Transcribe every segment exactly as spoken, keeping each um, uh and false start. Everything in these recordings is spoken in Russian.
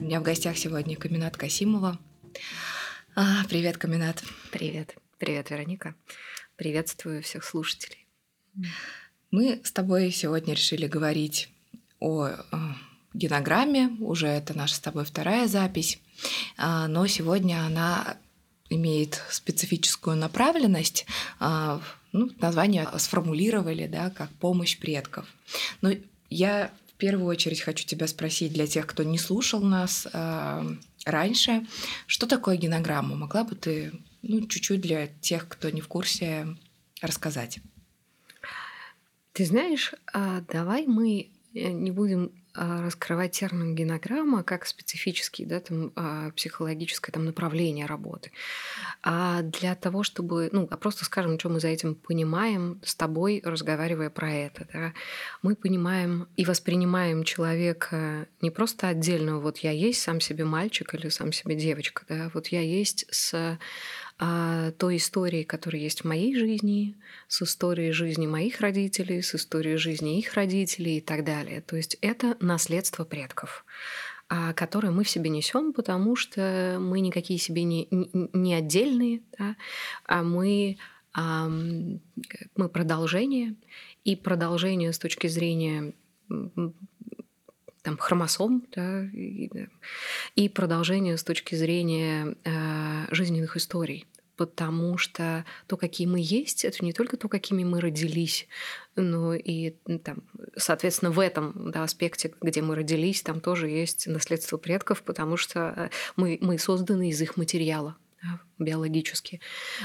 меня в гостях сегодня Каминат Касимова. А, привет, Каминат. Привет. Привет, Вероника. Приветствую всех слушателей. Мы с тобой сегодня решили говорить о э, генограмме. Уже это наша с тобой вторая запись. А, но сегодня она имеет специфическую направленность. А, ну, название сформулировали, да, как «Помощь предков». Но я в первую очередь хочу тебя спросить, для тех, кто не слушал нас а, раньше, что такое генограмма? Могла бы ты ну, чуть-чуть для тех, кто не в курсе, рассказать? Ты знаешь, а, давай мы не будем а, раскрывать термин генограмма как специфический, да, там, а, психологическое там, направление работы. А для того, чтобы, ну, а просто скажем, что мы за этим понимаем с тобой, разговаривая про это. Да, мы понимаем и воспринимаем человека не просто отдельно, вот я есть сам себе мальчик или сам себе девочка, да, вот я есть с а, той историей, которая есть в моей жизни, с историей жизни моих родителей, с историей жизни их родителей и так далее. То есть это наследство предков, а, которое мы в себе несем, потому что мы никакие себе не, не, не отдельные, да, а мы, а, мы продолжение, и продолжение с точки зрения там, хромосом, да, и, и продолжение с точки зрения э, жизненных историй. Потому что то, какие мы есть, это не только то, какими мы родились, но и, там, соответственно, в этом да, аспекте, где мы родились, там тоже есть наследство предков, потому что мы, мы созданы из их материала, да, биологически.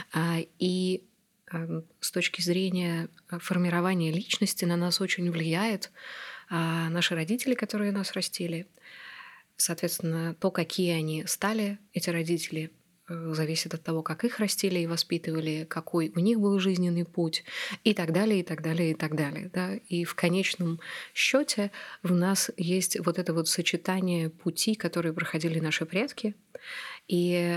И с точки зрения формирования личности на нас очень влияет наши родители, которые нас растили. Соответственно, то, какие они стали, эти родители, зависит от того, как их растили и воспитывали, какой у них был жизненный путь, и так далее, и так далее, и так далее. Да? И в конечном счете в нас есть вот это вот сочетание пути, которые проходили наши предки, и,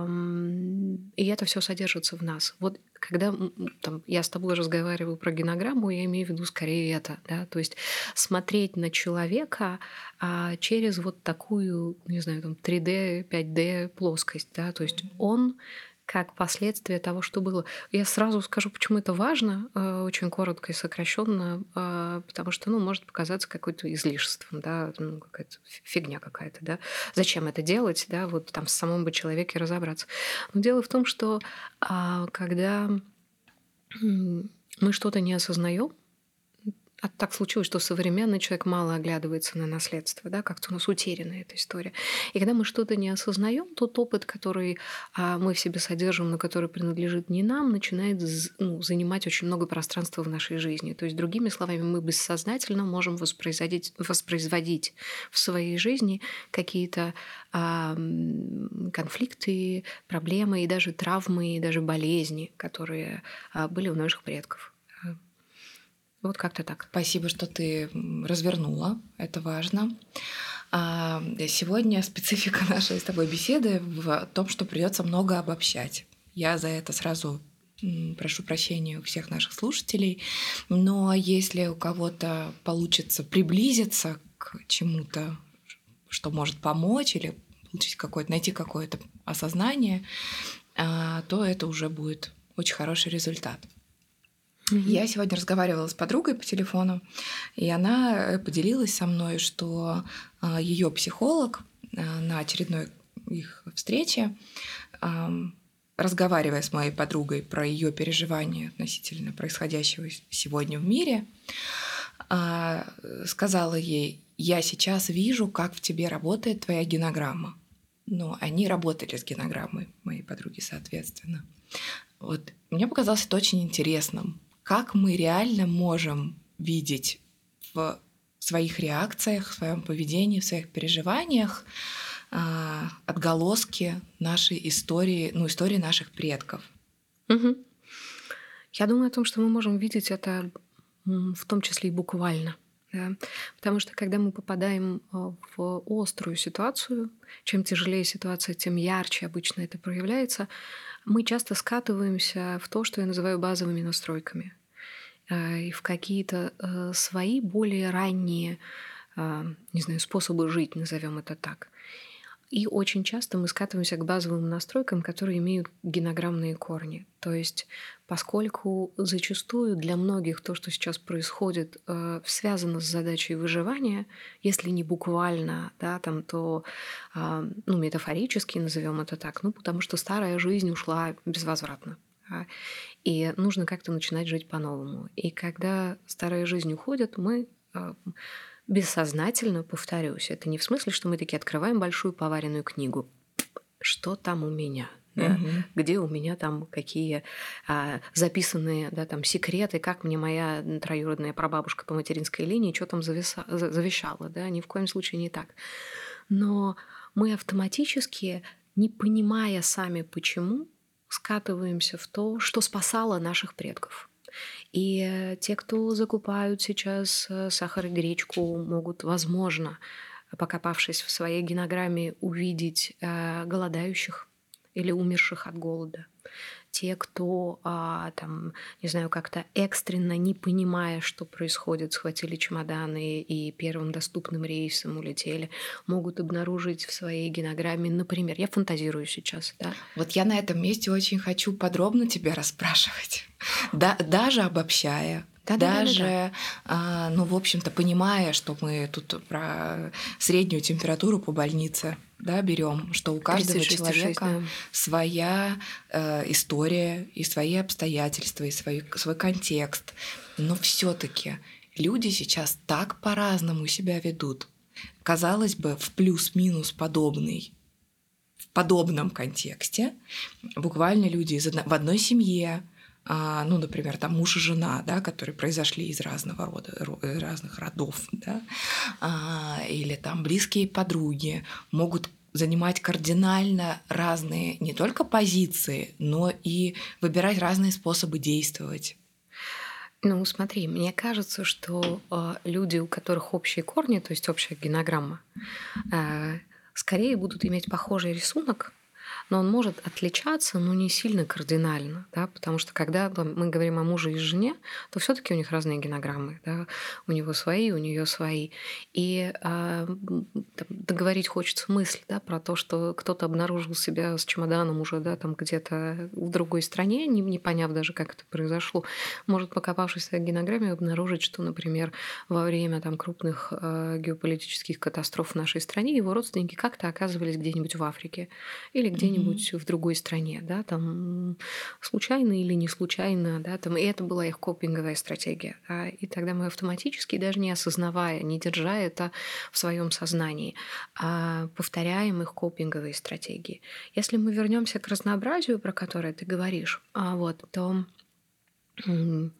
эм, и это все содержится в нас. Вот когда там, я с тобой разговариваю про генограмму, я имею в виду скорее это. Да? То есть смотреть на человека а, через вот такую, не знаю, там, три дэ, пять дэ плоскость. Да? То есть он как последствие того, что было. Я сразу скажу, почему это важно, очень коротко и сокращенно, потому что, ну, может показаться какой-то излишеством, да, ну, какая-то фигня какая-то, да. Зачем это делать, да, вот там с самим бы человеке разобраться. Но дело в том, что когда мы что-то не осознаем, а так случилось, что современный человек мало оглядывается на наследство, да, как-то у нас утеряна эта история. И когда мы что-то не осознаем, тот опыт, который а, мы в себе содержим, но который принадлежит не нам, начинает ну, занимать очень много пространства в нашей жизни. То есть, другими словами, мы бессознательно можем воспроизводить, воспроизводить в своей жизни какие-то а, конфликты, проблемы и даже травмы, и даже болезни, которые а, были у наших предков. Вот как-то так. Спасибо, что ты развернула. Это важно. А сегодня специфика нашей с тобой беседы в том, что придется много обобщать. Я за это сразу прошу прощения у всех наших слушателей. Но если у кого-то получится приблизиться к чему-то, что может помочь, или получить какое-то, найти какое-то осознание, то это уже будет очень хороший результат. Я сегодня разговаривала с подругой по телефону, и она поделилась со мной, что ее психолог на очередной их встрече, разговаривая с моей подругой про ее переживания относительно происходящего сегодня в мире, сказала ей: «Я сейчас вижу, как в тебе работает твоя генограмма». Ну, они работали с генограммой, моей подруги, соответственно. Вот. Мне показалось это очень интересным. Как мы реально можем видеть в своих реакциях, в своем поведении, в своих переживаниях э, отголоски нашей истории, ну, истории наших предков. Угу. Я думаю о том, что мы можем видеть это в том числе и буквально. Да? Потому что когда мы попадаем в острую ситуацию, чем тяжелее ситуация, тем ярче обычно это проявляется, мы часто скатываемся в то, что я называю базовыми настройками, и в какие-то свои более ранние, не знаю, способы жить, назовем это так. И очень часто мы скатываемся к базовым настройкам, которые имеют генограммные корни. То есть, поскольку зачастую для многих то, что сейчас происходит, э, связано с задачей выживания, если не буквально, да, там, то а, ну, метафорически назовем это так, ну, потому что старая жизнь ушла безвозвратно. Да, и нужно как-то начинать жить по-новому. И когда старая жизнь уходит, мы а, бессознательно, повторюсь, это не в смысле, что мы такие открываем большую поваренную книгу. Что там у меня? Да? Мгм. Где у меня там какие а, записанные, да, там секреты, как мне моя троюродная прабабушка по материнской линии что там зависа- за- завещала. Да? Ни в коем случае не так. Но мы автоматически, не понимая сами почему, скатываемся в то, что спасало наших предков. И э, те, кто закупают сейчас э, сахар и гречку, могут, возможно, покопавшись в своей генограмме, увидеть э, голодающих или умерших от голода. Те, кто а, там, не знаю, как-то экстренно, не понимая, что происходит, схватили чемоданы и первым доступным рейсом улетели, могут обнаружить в своей генограмме, например, я фантазирую сейчас, да. Вот я на этом месте очень хочу подробно тебя расспрашивать. Да, даже обобщая, Да-да-да-да-да. даже, а, ну, в общем-то, понимая, что мы тут про среднюю температуру по больнице, да, берем, что у каждого тридцать шесть и шесть, человека да. своя э, история и свои обстоятельства, и свой, свой контекст. Но все-таки люди сейчас так по-разному себя ведут. Казалось бы, в плюс-минус подобный в подобном контексте буквально люди из одно, в одной семье, а, ну, например, там муж и жена, да, которые произошли из разного рода, ро- разных родов, да, а, или там близкие подруги могут занимать кардинально разные не только позиции, но и выбирать разные способы действовать. Ну, смотри, мне кажется, что э, люди, у которых общие корни, то есть общая генограмма, э, скорее будут иметь похожий рисунок, но он может отличаться, но не сильно кардинально, да, потому что когда там, мы говорим о муже и жене, то все-таки у них разные генограммы, да, у него свои, у нее свои. И а, м, там, договорить хочется мысль, да, про то, что кто-то обнаружил себя с чемоданом уже, да, там где-то в другой стране, не, не поняв даже, как это произошло, может, покопавшись в своей генограмме, обнаружить, что, например, во время там крупных э, геополитических катастроф в нашей стране его родственники как-то оказывались где-нибудь в Африке или где-нибудь Мгм. в другой стране, да, там случайно или не случайно, да, там, и это была их копинговая стратегия, да, и тогда мы автоматически, даже не осознавая, не держа это в своем сознании, а повторяем их копинговые стратегии. Если мы вернемся к разнообразию, про которое ты говоришь, а вот, то м,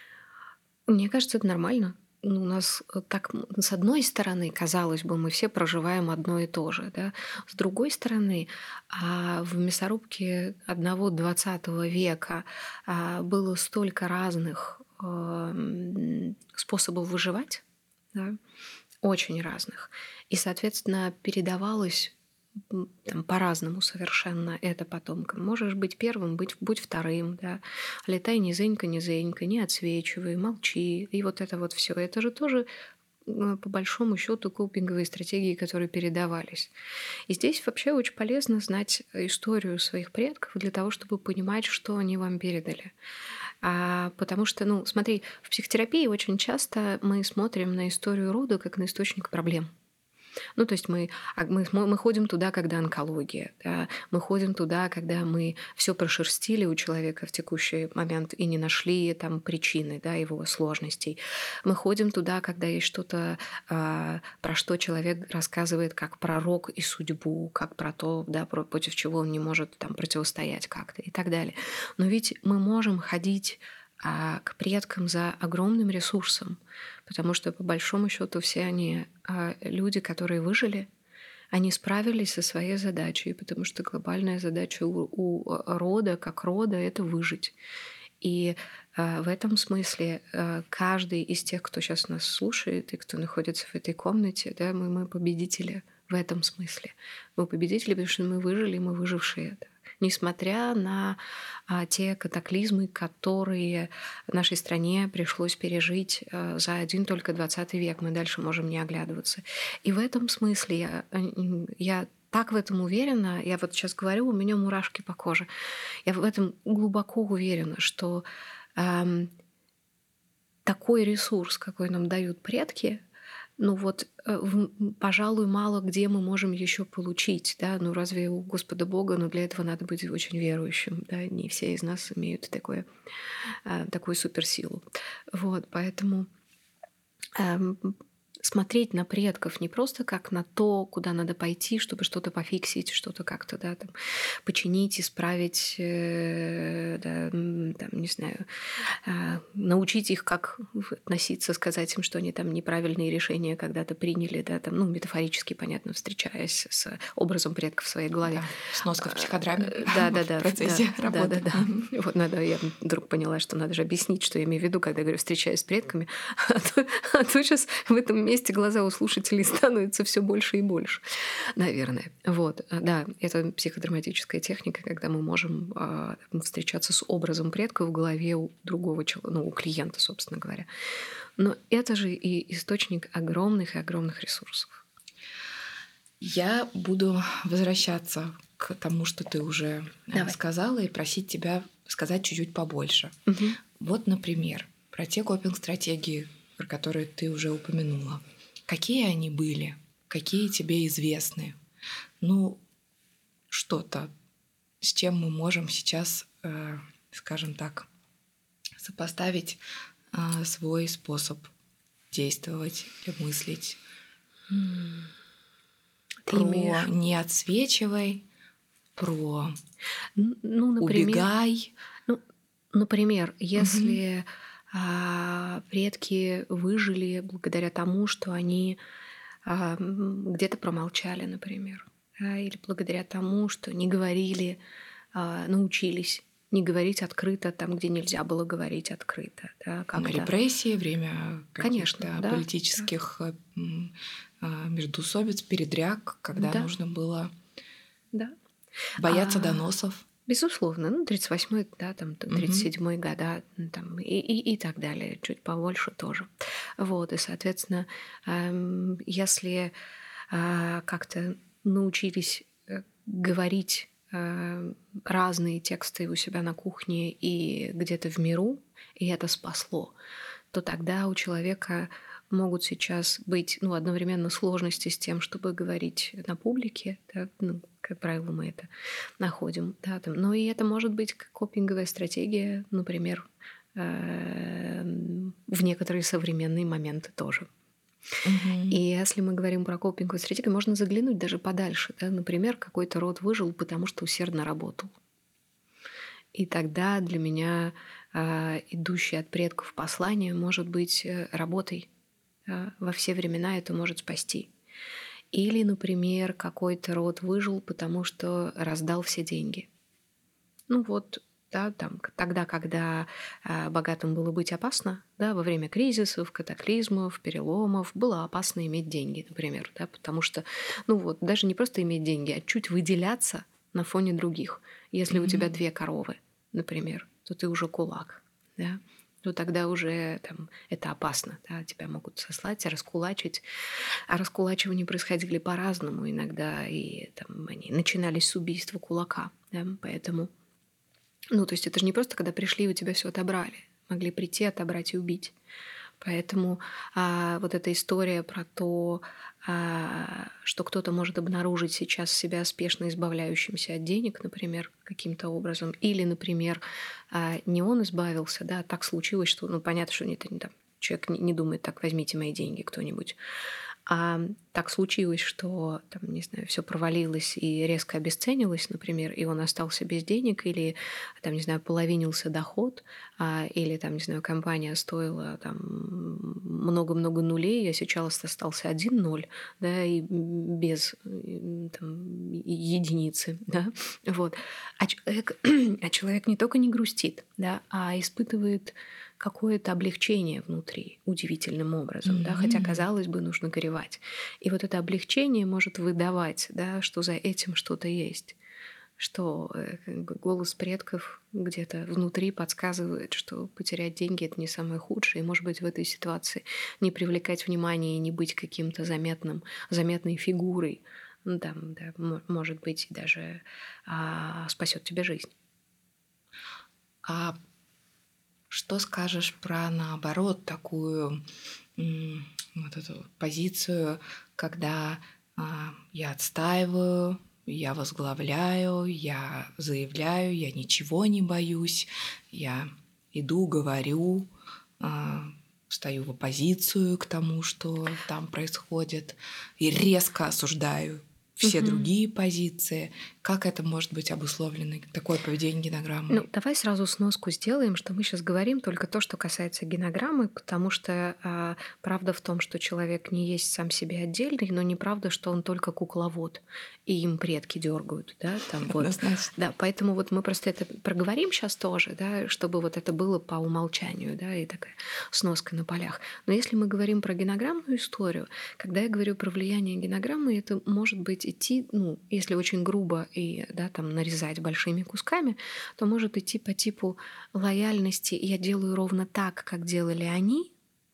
мне кажется, это нормально. Ну, у нас э, так, м, с одной стороны, казалось бы, мы все проживаем одно и то же, да. С другой стороны, а, в мясорубке одного двадцатого века а, было столько разных а, м, способов выживать, да, очень разных. И, соответственно, передавалось м, там, по-разному совершенно это потомкам. Можешь быть первым, быть, будь вторым, да. Летай низенько, низенько, не отсвечивай, молчи. И вот это вот все. Это же тоже м, по большому счету копинговые стратегии, которые передавались. И здесь вообще очень полезно знать историю своих предков для того, чтобы понимать, что они вам передали. А, потому что, ну, смотри, в психотерапии очень часто мы смотрим на историю рода как на источник проблем. Ну, то есть мы, а мы, смо- мы ходим туда, когда онкология, да, мы ходим туда, когда мы все прошерстили у человека в текущий момент и не нашли там причины, да, его сложностей. Мы ходим туда, когда есть что-то, а, про что человек рассказывает как про рок и судьбу, как про то, да, про- против чего он не может там противостоять как-то и так далее. Но ведь мы можем ходить а, к предкам за огромным ресурсом, потому что по большому счету все они а, люди, которые выжили, они справились со своей задачей, потому что глобальная задача у, у рода, как рода, это выжить. И а, в этом смысле а, каждый из тех, кто сейчас нас слушает и кто находится в этой комнате, да, мы, мы победители в этом смысле. Мы победители, потому что мы выжили, мы выжившие. Да. Несмотря на а, те катаклизмы, которые нашей стране пришлось пережить а, за один только двадцатый век, мы дальше можем не оглядываться. И в этом смысле я, я так в этом уверена, я вот сейчас говорю, у меня мурашки по коже. Я в этом глубоко уверена, что эм, такой ресурс, какой нам дают предки, ну вот, э, в- м, пожалуй, мало где мы можем еще получить, да, ну разве у Господа Бога, но для этого надо быть очень верующим, да, не все из нас имеют такое, э, такую суперсилу. Вот, поэтому эм, смотреть на предков не просто как на то, куда надо пойти, чтобы что-то пофиксить, что-то как-то, да, там, починить, исправить, э, да, м, там, не знаю, а, научить их, как в- относиться, сказать им, что они там неправильные решения когда-то приняли, да, там, ну, метафорически, понятно, встречаясь с образом предков в своей голове. Да, сноска в А, психодраме э, Да, да, в да, да, процессе да, да, работы. да. Мгм. Вот надо, я вдруг поняла, что надо же объяснить, что я имею в виду, когда я говорю, встречаюсь с предками, а то, а то сейчас в этом месте глаза у слушателей становятся все больше и больше, наверное. Вот, а, да, это психодраматическая техника, когда мы можем а, встречаться с образом предка в голове у другого человека, ну, у клиента, собственно говоря. Но это же и источник огромных и огромных ресурсов. Я буду возвращаться к тому, что ты уже э, Давай. сказала, и просить тебя сказать чуть-чуть побольше. Мгм. Вот, например, про те копинг-стратегии, про которые ты уже упомянула. Какие они были? Какие тебе известны? Ну, что-то, с чем мы можем сейчас, э, скажем так, сопоставить э, свой способ действовать или мыслить. Ты Про имеешь, не отсвечивай, про н- ну, например, убегай. ну, например, Мгм. если а, предки выжили благодаря тому, что они а, м, где-то промолчали, например, да, или благодаря тому, что не говорили, а, научились не говорить открыто там, где нельзя было говорить открыто, да, как-то. Репрессии, время Конечно, каких-то да, да, политических э, м, а, междоусобиц, передряг, когда да, нужно было да. бояться А, доносов. Безусловно, ну, тридцать восьмой, да, там, т- тридцать Мгм. седьмой года, м, там, и, и, и так далее, чуть побольше тоже. Вот, и, соответственно, эм, если а, как-то научились э, говорить э, разные тексты у себя на кухне и где-то в миру, и это спасло, то тогда у человека могут сейчас быть, ну, одновременно сложности с тем, чтобы говорить на публике, да, ну, как правило, мы это находим, да, там. Но и это может быть как копинговая стратегия, например, эм, в некоторые современные моменты тоже. И Мгм. если мы говорим про копинговую стратегию, можно заглянуть даже подальше. Да? Например, какой-то род выжил, потому что усердно работал. И тогда для меня а, идущее от предков послание может быть э, работой. Да? Во все времена это может спасти. Или, например, какой-то род выжил, потому что раздал все деньги. Ну вот, да, там, к- тогда, когда а, богатым было быть опасно, да, во время кризисов, катаклизмов, переломов, было опасно иметь деньги, например, да, потому что, ну вот, даже не просто иметь деньги, а чуть выделяться на фоне других. Если у тебя Мгм. две коровы, например, то ты уже кулак, да, то тогда уже там, это опасно, да, тебя могут сослать, раскулачить. А раскулачивания происходили по-разному иногда, и там они начинались с убийства кулака, да, поэтому ну, то есть это же не просто, когда пришли и у тебя все отобрали. Могли прийти, отобрать и убить. Поэтому а, вот эта история про то, а, что кто-то может обнаружить сейчас себя спешно избавляющимся от денег, например, каким-то образом, или, например, а, не он избавился, да, так случилось, что, ну, понятно, что это не там, человек не, не думает, так, возьмите мои деньги кто-нибудь. А так случилось, что там, не знаю, все провалилось и резко обесценилось, например, и он остался без денег, или там, не знаю, половинился доход, а, или там, не знаю, компания стоила там много-много нулей, а сейчас остался один ноль, да, и без м, там, е- единицы, да, вот. А человек, а человек не только не грустит, да, а испытывает какое-то облегчение внутри удивительным образом, да, хотя, Мгм. казалось бы, нужно горевать. И вот это облегчение может выдавать, да, что за этим что-то есть, что э, как бы голос предков где-то внутри подсказывает, что потерять деньги — это не самое худшее, и, может быть, в этой ситуации не привлекать внимание и не быть каким-то заметным, заметной фигурой, ну, там, да, мо- может быть, даже а, спасет тебе жизнь. А что скажешь про, наоборот, такую м, вот эту вот позицию, когда а, я отстаиваю, я возглавляю, я заявляю, я ничего не боюсь, я иду, говорю, а, встаю в оппозицию к тому, что там происходит, и резко осуждаю все Мгм. другие позиции. Как это может быть обусловлено, такое поведение Ну, генограммой? давай сразу сноску сделаем, что мы сейчас говорим только то, что касается генограммы, потому что а, правда в том, что человек не есть сам себе отдельный, но неправда, что он только кукловод, и им предки дергают, да, там вот. Однозначно. Да, поэтому вот мы просто это проговорим сейчас тоже, да, чтобы вот это было по умолчанию, да, и такая сноска на полях. Но если мы говорим про генограммную историю, когда я говорю про влияние генограммы, это может быть идти, ну, если очень грубо и, да, там нарезать большими кусками, то может идти по типу лояльности «я делаю ровно так, как делали они»,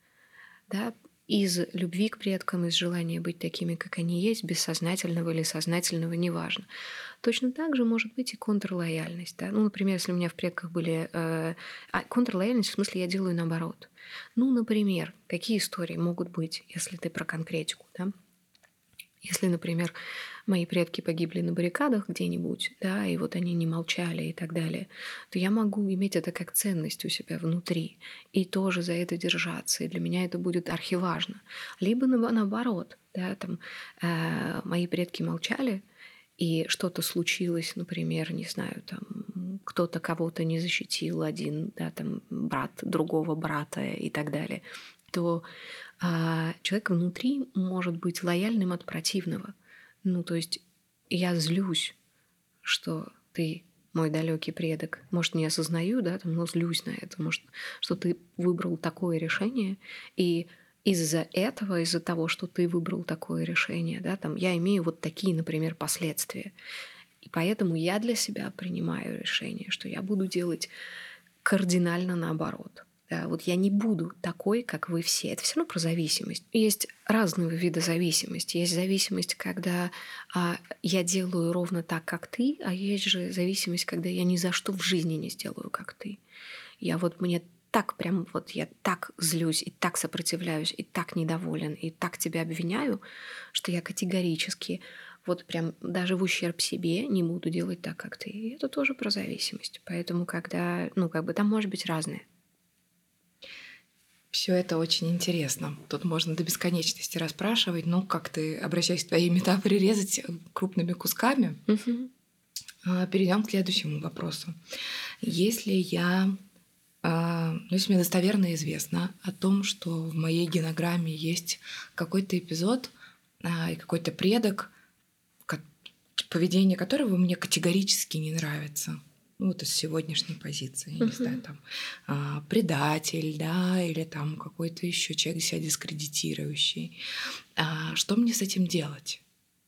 да, из любви к предкам, из желания быть такими, как они есть, бессознательного или сознательного, неважно. Точно так же может быть и контрлояльность. Да? Ну, например, если у меня в предках были... Э, а контрлояльность в смысле я делаю наоборот. Ну, например, какие истории могут быть, если ты про конкретику, да? Если, например, мои предки погибли на баррикадах где-нибудь, да, и вот они не молчали и так далее, то я могу иметь это как ценность у себя внутри и тоже за это держаться. И для меня это будет архиважно. Либо на- наоборот, да, там э, мои предки молчали, и что-то случилось, например, не знаю, там кто-то кого-то не защитил, один, да, там брат другого брата и так далее, то а, человек внутри может быть лояльным от противного. Ну, то есть я злюсь, что ты мой далекий предок. Может, не осознаю, да, там, но злюсь на это. Может, что ты выбрал такое решение, и из-за этого, из-за того, что ты выбрал такое решение, да, там, я имею вот такие, например, последствия. И поэтому я для себя принимаю решение, что я буду делать кардинально наоборот. Да, вот я не буду такой, как вы все. Это все равно про зависимость. Есть разного вида зависимости. Есть зависимость, когда а, я делаю ровно так, как ты, а есть же зависимость, когда я ни за что в жизни не сделаю, как ты. Я вот мне так прям вот я так злюсь и так сопротивляюсь и так недоволен и так тебя обвиняю, что я категорически вот прям даже в ущерб себе не буду делать так, как ты. И это тоже про зависимость. Поэтому когда, ну, как бы там может быть разное. Все это очень интересно. Тут можно до бесконечности расспрашивать, ну, как ты, обращаясь к твоей метафоре, резать э, крупными кусками. Мгм. Перейдем к следующему вопросу. Если я, а, ну, если мне достоверно известно о том, что в моей генограмме есть какой-то эпизод а, и какой-то предок, ко- поведение которого мне категорически не нравится. Ну, вот из сегодняшней позиции, я не знаю, Мгм. там а, предатель, да, или там какой-то еще человек себя дискредитирующий. А, что мне с этим делать?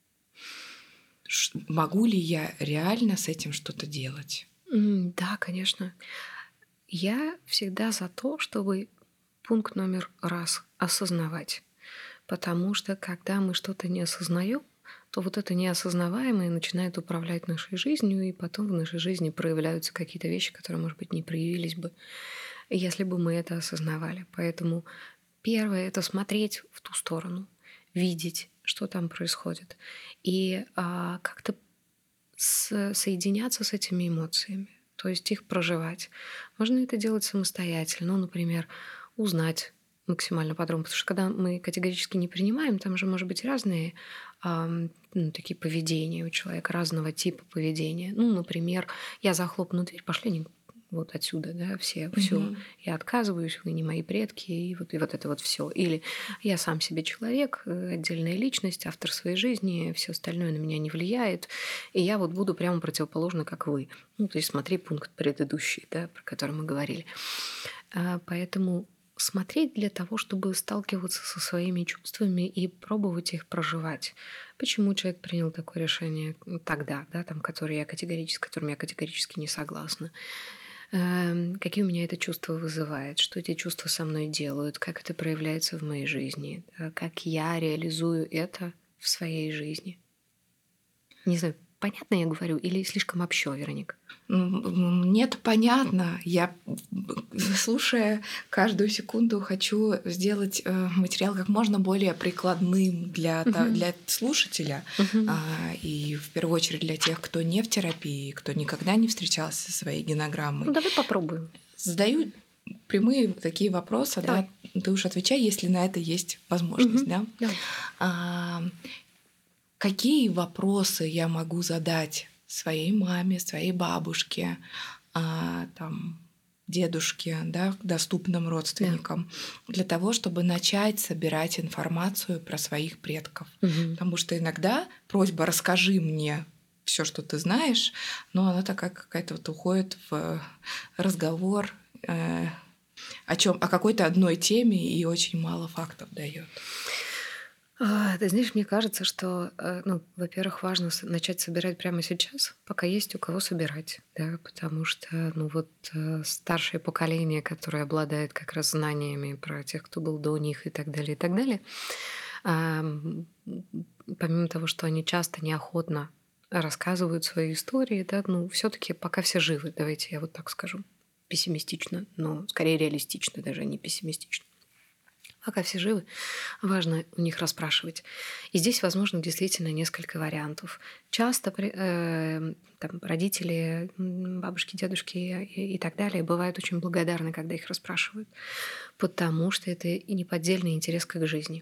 Ш- Могу ли я реально с этим что-то делать? М, Да, конечно. Я всегда за то, чтобы пункт номер раз осознавать. Потому что когда мы что-то не осознаем, то вот это неосознаваемое начинает управлять нашей жизнью, и потом в нашей жизни проявляются какие-то вещи, которые, может быть, не проявились бы, если бы мы это осознавали. Поэтому первое — это смотреть в ту сторону, видеть, что там происходит, и а, как-то с- соединяться с этими эмоциями, то есть их проживать. Можно это делать самостоятельно, ну, например, узнать максимально подробно, потому что когда мы категорически не принимаем, там же может быть разные ам, ну, такие поведения у человека, разного типа поведения. Ну, например, я захлопну дверь, пошли не вот отсюда, да, все, все, Мгм. я отказываюсь, вы не мои предки, и вот, и вот это вот все. Или я сам себе человек, э, отдельная личность, автор своей жизни, все остальное на меня не влияет, и я вот буду прямо противоположно, как вы. Ну, то есть смотри пункт предыдущий, да, про который мы говорили. А, поэтому смотреть для того, чтобы сталкиваться со своими чувствами и пробовать их проживать. Почему человек принял такое решение тогда, да, там, которое я категорически, с которым я категорически не согласна. Эм, Какие у меня это чувства вызывает, что эти чувства со мной делают, как это проявляется в моей жизни, да, как я реализую это в своей жизни. Не знаю, понятно я говорю или слишком общо, Вероника? Мне-то понятно. Я, слушая каждую секунду, хочу сделать э, материал как можно более прикладным для, Мгм. для слушателя. Мгм. А, и в первую очередь для тех, кто не в терапии, кто никогда не встречался со своей Ну, генограммой. давай попробуем. Задаю прямые такие вопросы, Давай. да, ты уж отвечай, если на это есть возможность, Мгм. да. Давай. А, какие вопросы я могу задать своей маме, своей бабушке, а, там, дедушке, да, доступным родственникам, для того, чтобы начать собирать информацию про своих предков? Мгм. Потому что иногда просьба «расскажи мне все, что ты знаешь», но она такая какая-то вот уходит в разговор э, о чем, о какой-то одной теме и очень мало фактов дает. А, Ты знаешь, мне кажется, что, э, ну, во-первых, важно с- начать собирать прямо сейчас, пока есть у кого собирать, да, потому что, ну, вот э, старшее поколение, которое обладает как раз знаниями про тех, кто был до них и так далее, и так далее, а, м, помимо того, что они часто неохотно рассказывают свои истории, да, ну, все-таки пока все живы, давайте я вот так скажу, пессимистично, но скорее реалистично, даже а не пессимистично. Пока все живы, важно у них расспрашивать. И здесь, возможно, действительно несколько вариантов. Часто при- э, там, родители, м, бабушки, дедушки и, и так далее бывают очень благодарны, когда их расспрашивают, потому что это и неподдельный интерес к их жизни.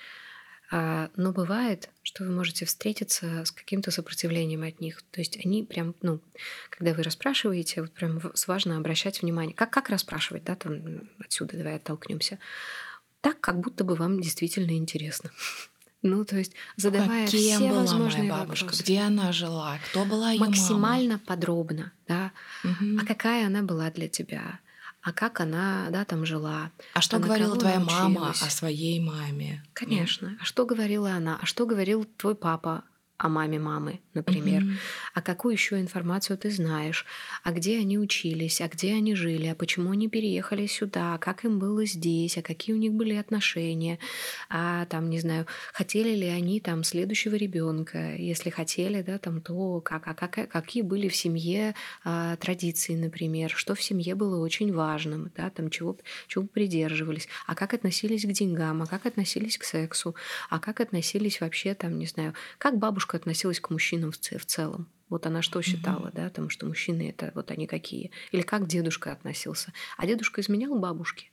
А, но бывает, что вы можете встретиться с каким-то сопротивлением от них. То есть они прям, ну, когда вы расспрашиваете, вот прям в- важно обращать внимание. Как, как расспрашивать, да, там м, отсюда давай оттолкнемся. Так, как будто бы вам действительно интересно. Ну, то есть А задавая кем все была моя возможные бабушка? вопросы, Где она жила? Кто была ее мама? максимально подробно, да, а Мгм. какая она была для тебя, а как она, да, там жила, А а что на говорила кого она твоя мама о училась. своей маме? Нет? Конечно. А что говорила она? А что говорил твой папа о маме мамы, например? Мгм. А какую еще информацию ты знаешь? А где они учились? А где они жили? А почему они переехали сюда? Как им было здесь? А какие у них были отношения? А там, не знаю, хотели ли они там следующего ребенка? Если хотели, да, там, то как? А как, какие были в семье а, традиции, например? Что в семье было очень важным? Да, там, чего, чего придерживались? А как относились к деньгам? А как относились к сексу? А как относились вообще, там, не знаю, как бабушка относилась к мужчинам в, ц- в целом? Вот она что считала, да, там, что мужчины это вот они какие? Или как дедушка относился? А дедушка изменял бабушке?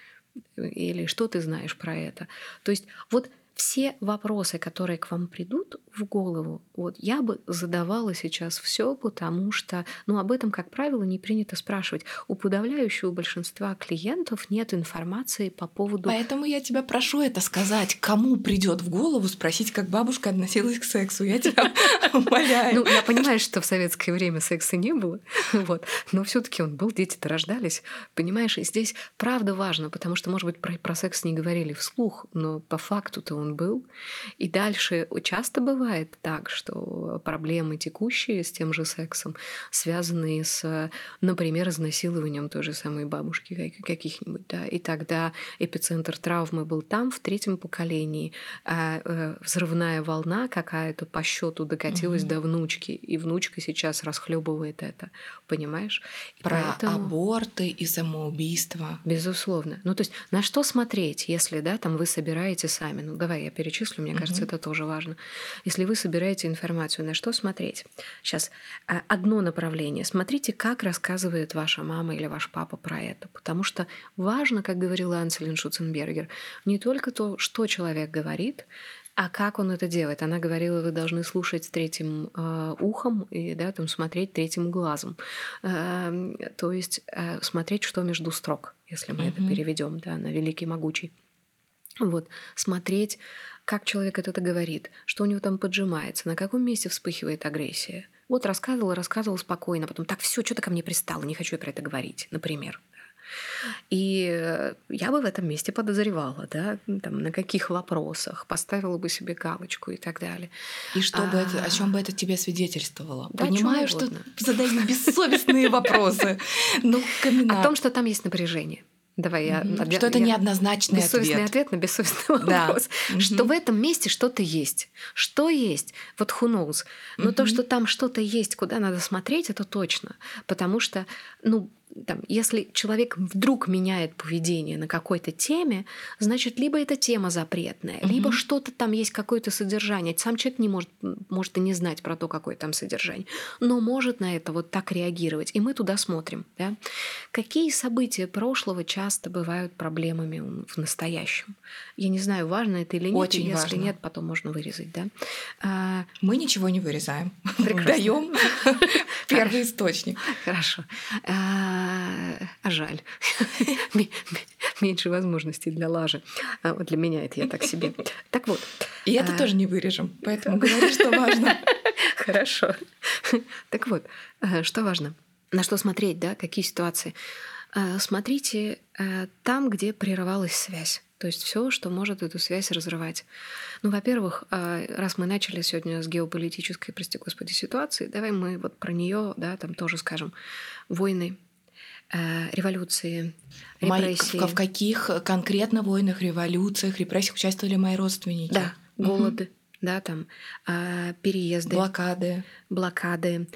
Или что ты знаешь про это? То есть вот все вопросы, которые к вам придут в голову, вот я бы задавала сейчас все, потому что, ну, об этом, как правило, не принято спрашивать. У подавляющего большинства клиентов нет информации по поводу. Поэтому я тебя прошу это сказать. Кому придет в голову спросить, как бабушка относилась к сексу? Я тебя умоляю. Ну, я понимаю, что в советское время секса не было, вот, но все таки он был, дети-то рождались, понимаешь? И здесь правда важно, потому что, может быть, про, про секс не говорили вслух, но по факту-то он был. И дальше часто бывает так, что проблемы текущие с тем же сексом, связанные с, например, изнасилованием той же самой бабушки как- каких-нибудь, да, и тогда эпицентр травмы был там, в третьем поколении, а э, взрывная волна какая-то по счету докатилась Мгм. до внучки, и внучка сейчас расхлебывает это, понимаешь? И Про поэтому, аборты и самоубийства. безусловно, ну то есть на что смотреть, если, да, там вы собираете сами, ну давай я перечислю, мне кажется, Мгм. это тоже важно. Если вы собираете информацию, на что смотреть? Сейчас одно направление. Смотрите, как рассказывает ваша мама или ваш папа про это, потому что важно, как говорила Анселин Шуценбергер, не только то, что человек говорит, а как он это делает? Она говорила, вы должны слушать третьим э, ухом и, да, там, смотреть третьим глазом. Эм, то есть э, смотреть, что между строк, если мы это Мгм. переведем, да, на великий могучий. Вот, смотреть, как человек это говорит, что у него там поджимается, на каком месте вспыхивает агрессия. Вот рассказывала, рассказывала спокойно, потом так, все, что-то ко мне пристало, не хочу я про это говорить, например. И э, я бы в этом месте подозревала, да, ну, там, на каких вопросах, поставила бы себе галочку и так далее. И что бы это, о чем бы А, это тебе свидетельствовало? Да, о чем Понимаю, что угодно. задаю бессовестные вопросы. Ну, О том, Камина, что там есть напряжение. Давай я... Мгм. отве- Что это я- неоднозначный Бессовестный ответ. ответ на бессовестный Да. вопрос. Мгм. Что в этом месте что-то есть. Что есть? Вот who knows. Но то, Мгм. что там что-то есть, куда надо смотреть, это точно. Потому что, ну, там, если человек вдруг меняет поведение на какой-то теме, значит, либо эта тема запретная, либо Мгм. что-то там есть, какое-то содержание. Сам человек не может, может и не знать про то, какое там содержание, но может на это вот так реагировать. И мы туда смотрим. Да? Какие события прошлого часто бывают проблемами в настоящем? Я не знаю, важно это или нет. Очень и если важно. нет, потом можно вырезать. Да? А, Мы ничего не вырезаем. Прекрасно. Даем первый источник. Хорошо. А, а жаль. Ме- ме- Меньше возможностей для лажи. А вот для меня это я так себе. Так вот. И это а, тоже не вырежем. Поэтому говори, что важно. Хорошо. Так вот, а, что важно? На что смотреть, да? Какие ситуации? А, Смотрите а, там, где прерывалась связь. То есть все, что может эту связь разрывать. Ну, во-первых, а, раз мы начали сегодня с геополитической, прости господи, ситуации, давай мы вот про нее, да, там тоже скажем. Войны, а, революции, Мои- репрессии. В в каких конкретно войнах, революциях, репрессиях участвовали мои родственники? Да, Мгм. голоды, да, там, а, переезды, Блокады, блокады,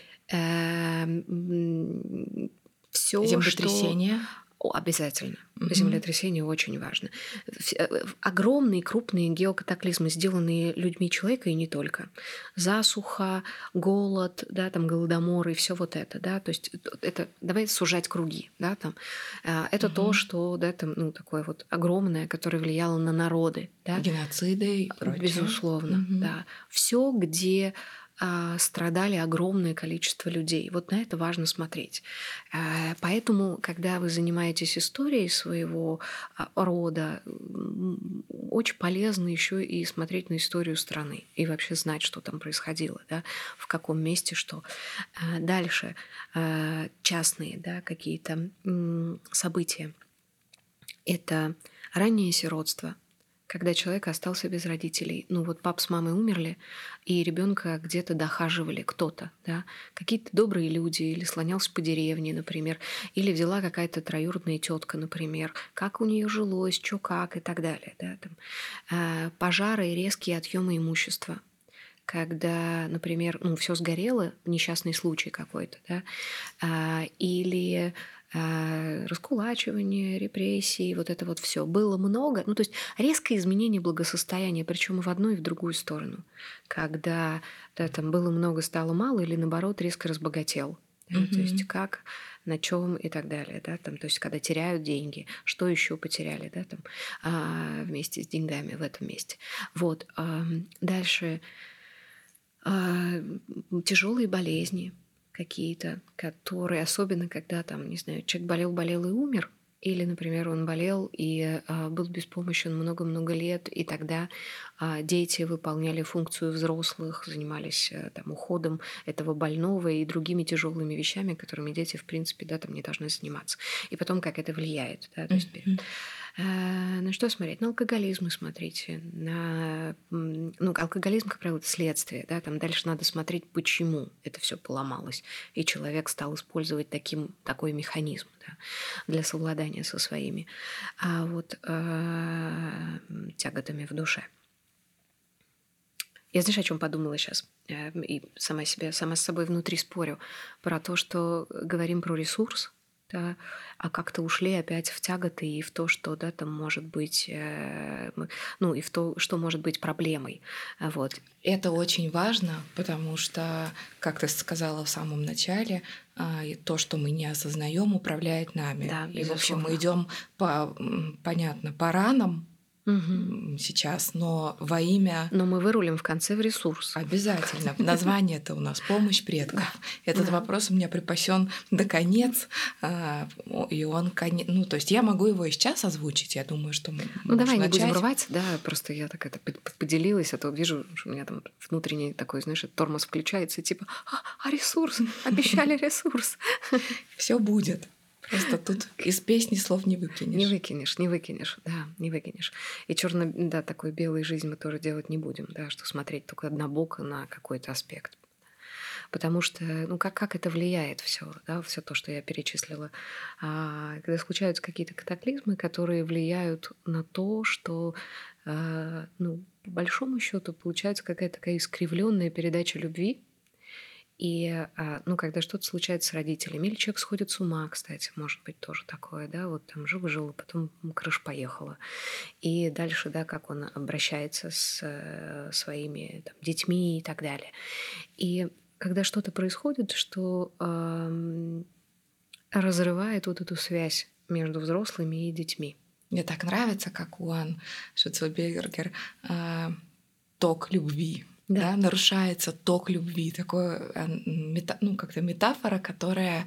все, что... землетрясения. О, обязательно. Мгм. Землетрясение очень важно. Вс- э, Огромные, крупные геокатаклизмы, сделанные людьми и человека, и не только. Засуха, голод, да, там, голодоморы, все вот это, да, то есть это, давай сужать круги, да, там. А, Это то, Мгм. что, да, там, ну, такое вот огромное, которое влияло на народы, да, Геноциды и прочее. безусловно, Мгм. да. Все, где а, страдали огромное количество людей. Вот на это важно смотреть. А, Поэтому, когда вы занимаетесь историей своего а, рода, м, очень полезно еще и смотреть на историю страны и вообще знать, что там происходило, да, в каком месте что. А, Дальше а, частные, да, какие-то м, события. Это раннее сиротство, когда человек остался без родителей. Ну вот пап с мамой умерли, и ребенка где-то дохаживали кто-то, да, какие-то добрые люди, или слонялся по деревне, например, или взяла какая-то троюродная тетка, например, как у нее жилось, что как и так далее, да, там. А, пожары и резкие отъемы имущества, когда, например, ну, все сгорело, несчастный случай какой-то, да, а, или а, раскулачивание, репрессии, вот это вот все было много. Ну, то есть резкое изменение благосостояния, причем и в одну, и в другую сторону. Когда да, там было много, стало мало, или наоборот резко разбогател. Да, то есть Мгм. как, на чем и так далее. Да, там, то есть когда теряют деньги, что еще потеряли да, там, а, вместе с деньгами в этом месте. Вот. а, Дальше тяжелые болезни какие-то, которые, особенно когда там, не знаю, человек болел, болел и умер, или, например, он болел и а, был беспомощен много-много лет, и тогда а, дети выполняли функцию взрослых, занимались а, там, уходом этого больного и другими тяжелыми вещами, которыми дети, в принципе, да, там не должны заниматься. И потом, как это влияет. Да, то есть, Мгм. а, на что смотреть? На алкоголизм смотрите. На, м, ну, алкоголизм, как правило, это следствие. Да? Там дальше надо смотреть, почему это все поломалось. И человек стал использовать таким, такой механизм да, для совладания со своими а вот, а, тяготами в душе. Я знаешь, о чем подумала сейчас? И сама, себе, сама с собой внутри спорю про то, что говорим про ресурс, да, а как-то ушли опять в тяготы и в то, что да, там может быть, э, ну и в то, что может быть проблемой. Вот. Это очень важно, потому что, как ты сказала в самом начале, а, и то, что мы не осознаем, управляет нами. Да, И, в общем, мы безусловно. идем по, м, понятно, по ранам Мгм. м, сейчас, но во имя Но мы вырулим в конце в ресурс. обязательно. Название это у нас помощь предков. Да, Этот да. вопрос у меня припасен до конец, а, о- и он коне- ну то есть я могу его и сейчас озвучить. Я думаю, что м- Ну, давай можно не будем начать. рвать, да, просто я так это под- под- поделилась, а то вижу, что у меня там внутренний такой, знаешь, тормоз включается, типа, а, а ресурс, обещали ресурс. Все будет. Просто тут из песни слов не Не выкинешь. выкинешь, не выкинешь, да, не выкинешь. И черно, да, такой белой жизнь мы тоже делать не будем, да, что смотреть только однобоко на какой-то аспект. Потому что, ну, как, как это влияет все, да, все то, что я перечислила. А, когда случаются какие-то катаклизмы, которые влияют на то, что, а, ну, по большому счету получается какая-то такая искривленная передача любви. И, а, ну, когда что-то случается с родителями, или человек сходит с ума, кстати, может быть тоже такое, да, вот там жил-жил, а потом крыша поехала. И дальше, да, как он обращается с э, своими там, детьми и так далее. И когда что-то происходит, что ам, разрывает вот эту связь между взрослыми и детьми. Мне так нравится, как у Ан Шуцельбергер а, ток любви. Да. Да, нарушается ток любви, такое, а, мета, ну, как-то метафора, которая,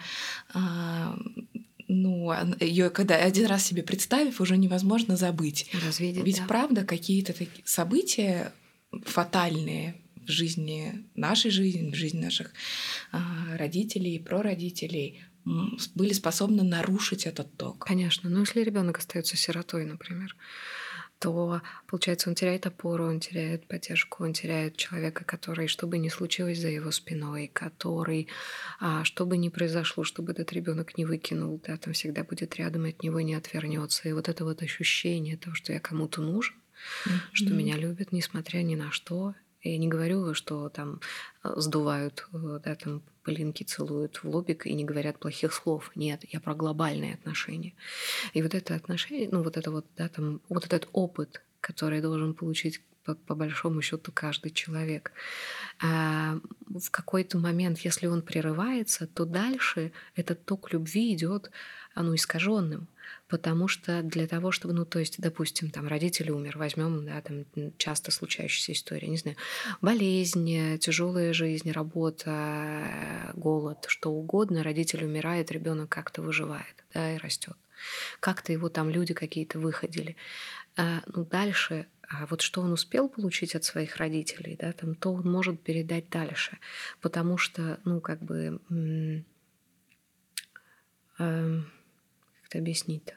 а, ну, ее когда один раз себе представив, уже невозможно забыть. Развидеть, Ведь да. правда какие-то такие события фатальные в жизни, нашей жизни, в жизни наших а, родителей и прародителей м, были способны нарушить этот ток. Конечно. Но если ребенок остается сиротой, например, то, получается, он теряет опору, он теряет поддержку, он теряет человека, который, что бы ни случилось за его спиной, который, а, что бы ни произошло, чтобы этот ребенок не выкинул, да, там всегда будет рядом, и от него не отвернется. И вот это вот ощущение того, что я кому-то нужен, что меня любят, несмотря ни на что. Я не говорю, что там э, сдувают, э, да, там пылинки целуют в лобик и не говорят плохих слов. Нет, я про глобальные отношения. И вот это отношение, ну вот это вот, да, там, вот этот опыт, который должен получить по, по большому счету каждый человек. А в какой-то момент, если он прерывается, то дальше этот ток любви идет, ну, искаженным. Потому что для того, чтобы, ну, то есть, допустим, там родитель умер, возьмем, да, там часто случающаяся история, не знаю, болезнь, тяжелая жизнь, работа, голод, что угодно, родитель умирает, ребенок как-то выживает, да, и растет. Как-то его там люди какие-то выходили. А, ну, дальше, а вот что он успел получить от своих родителей, да, там, то он может передать дальше. Потому что, ну, как бы, м- эм, как это объяснить-то?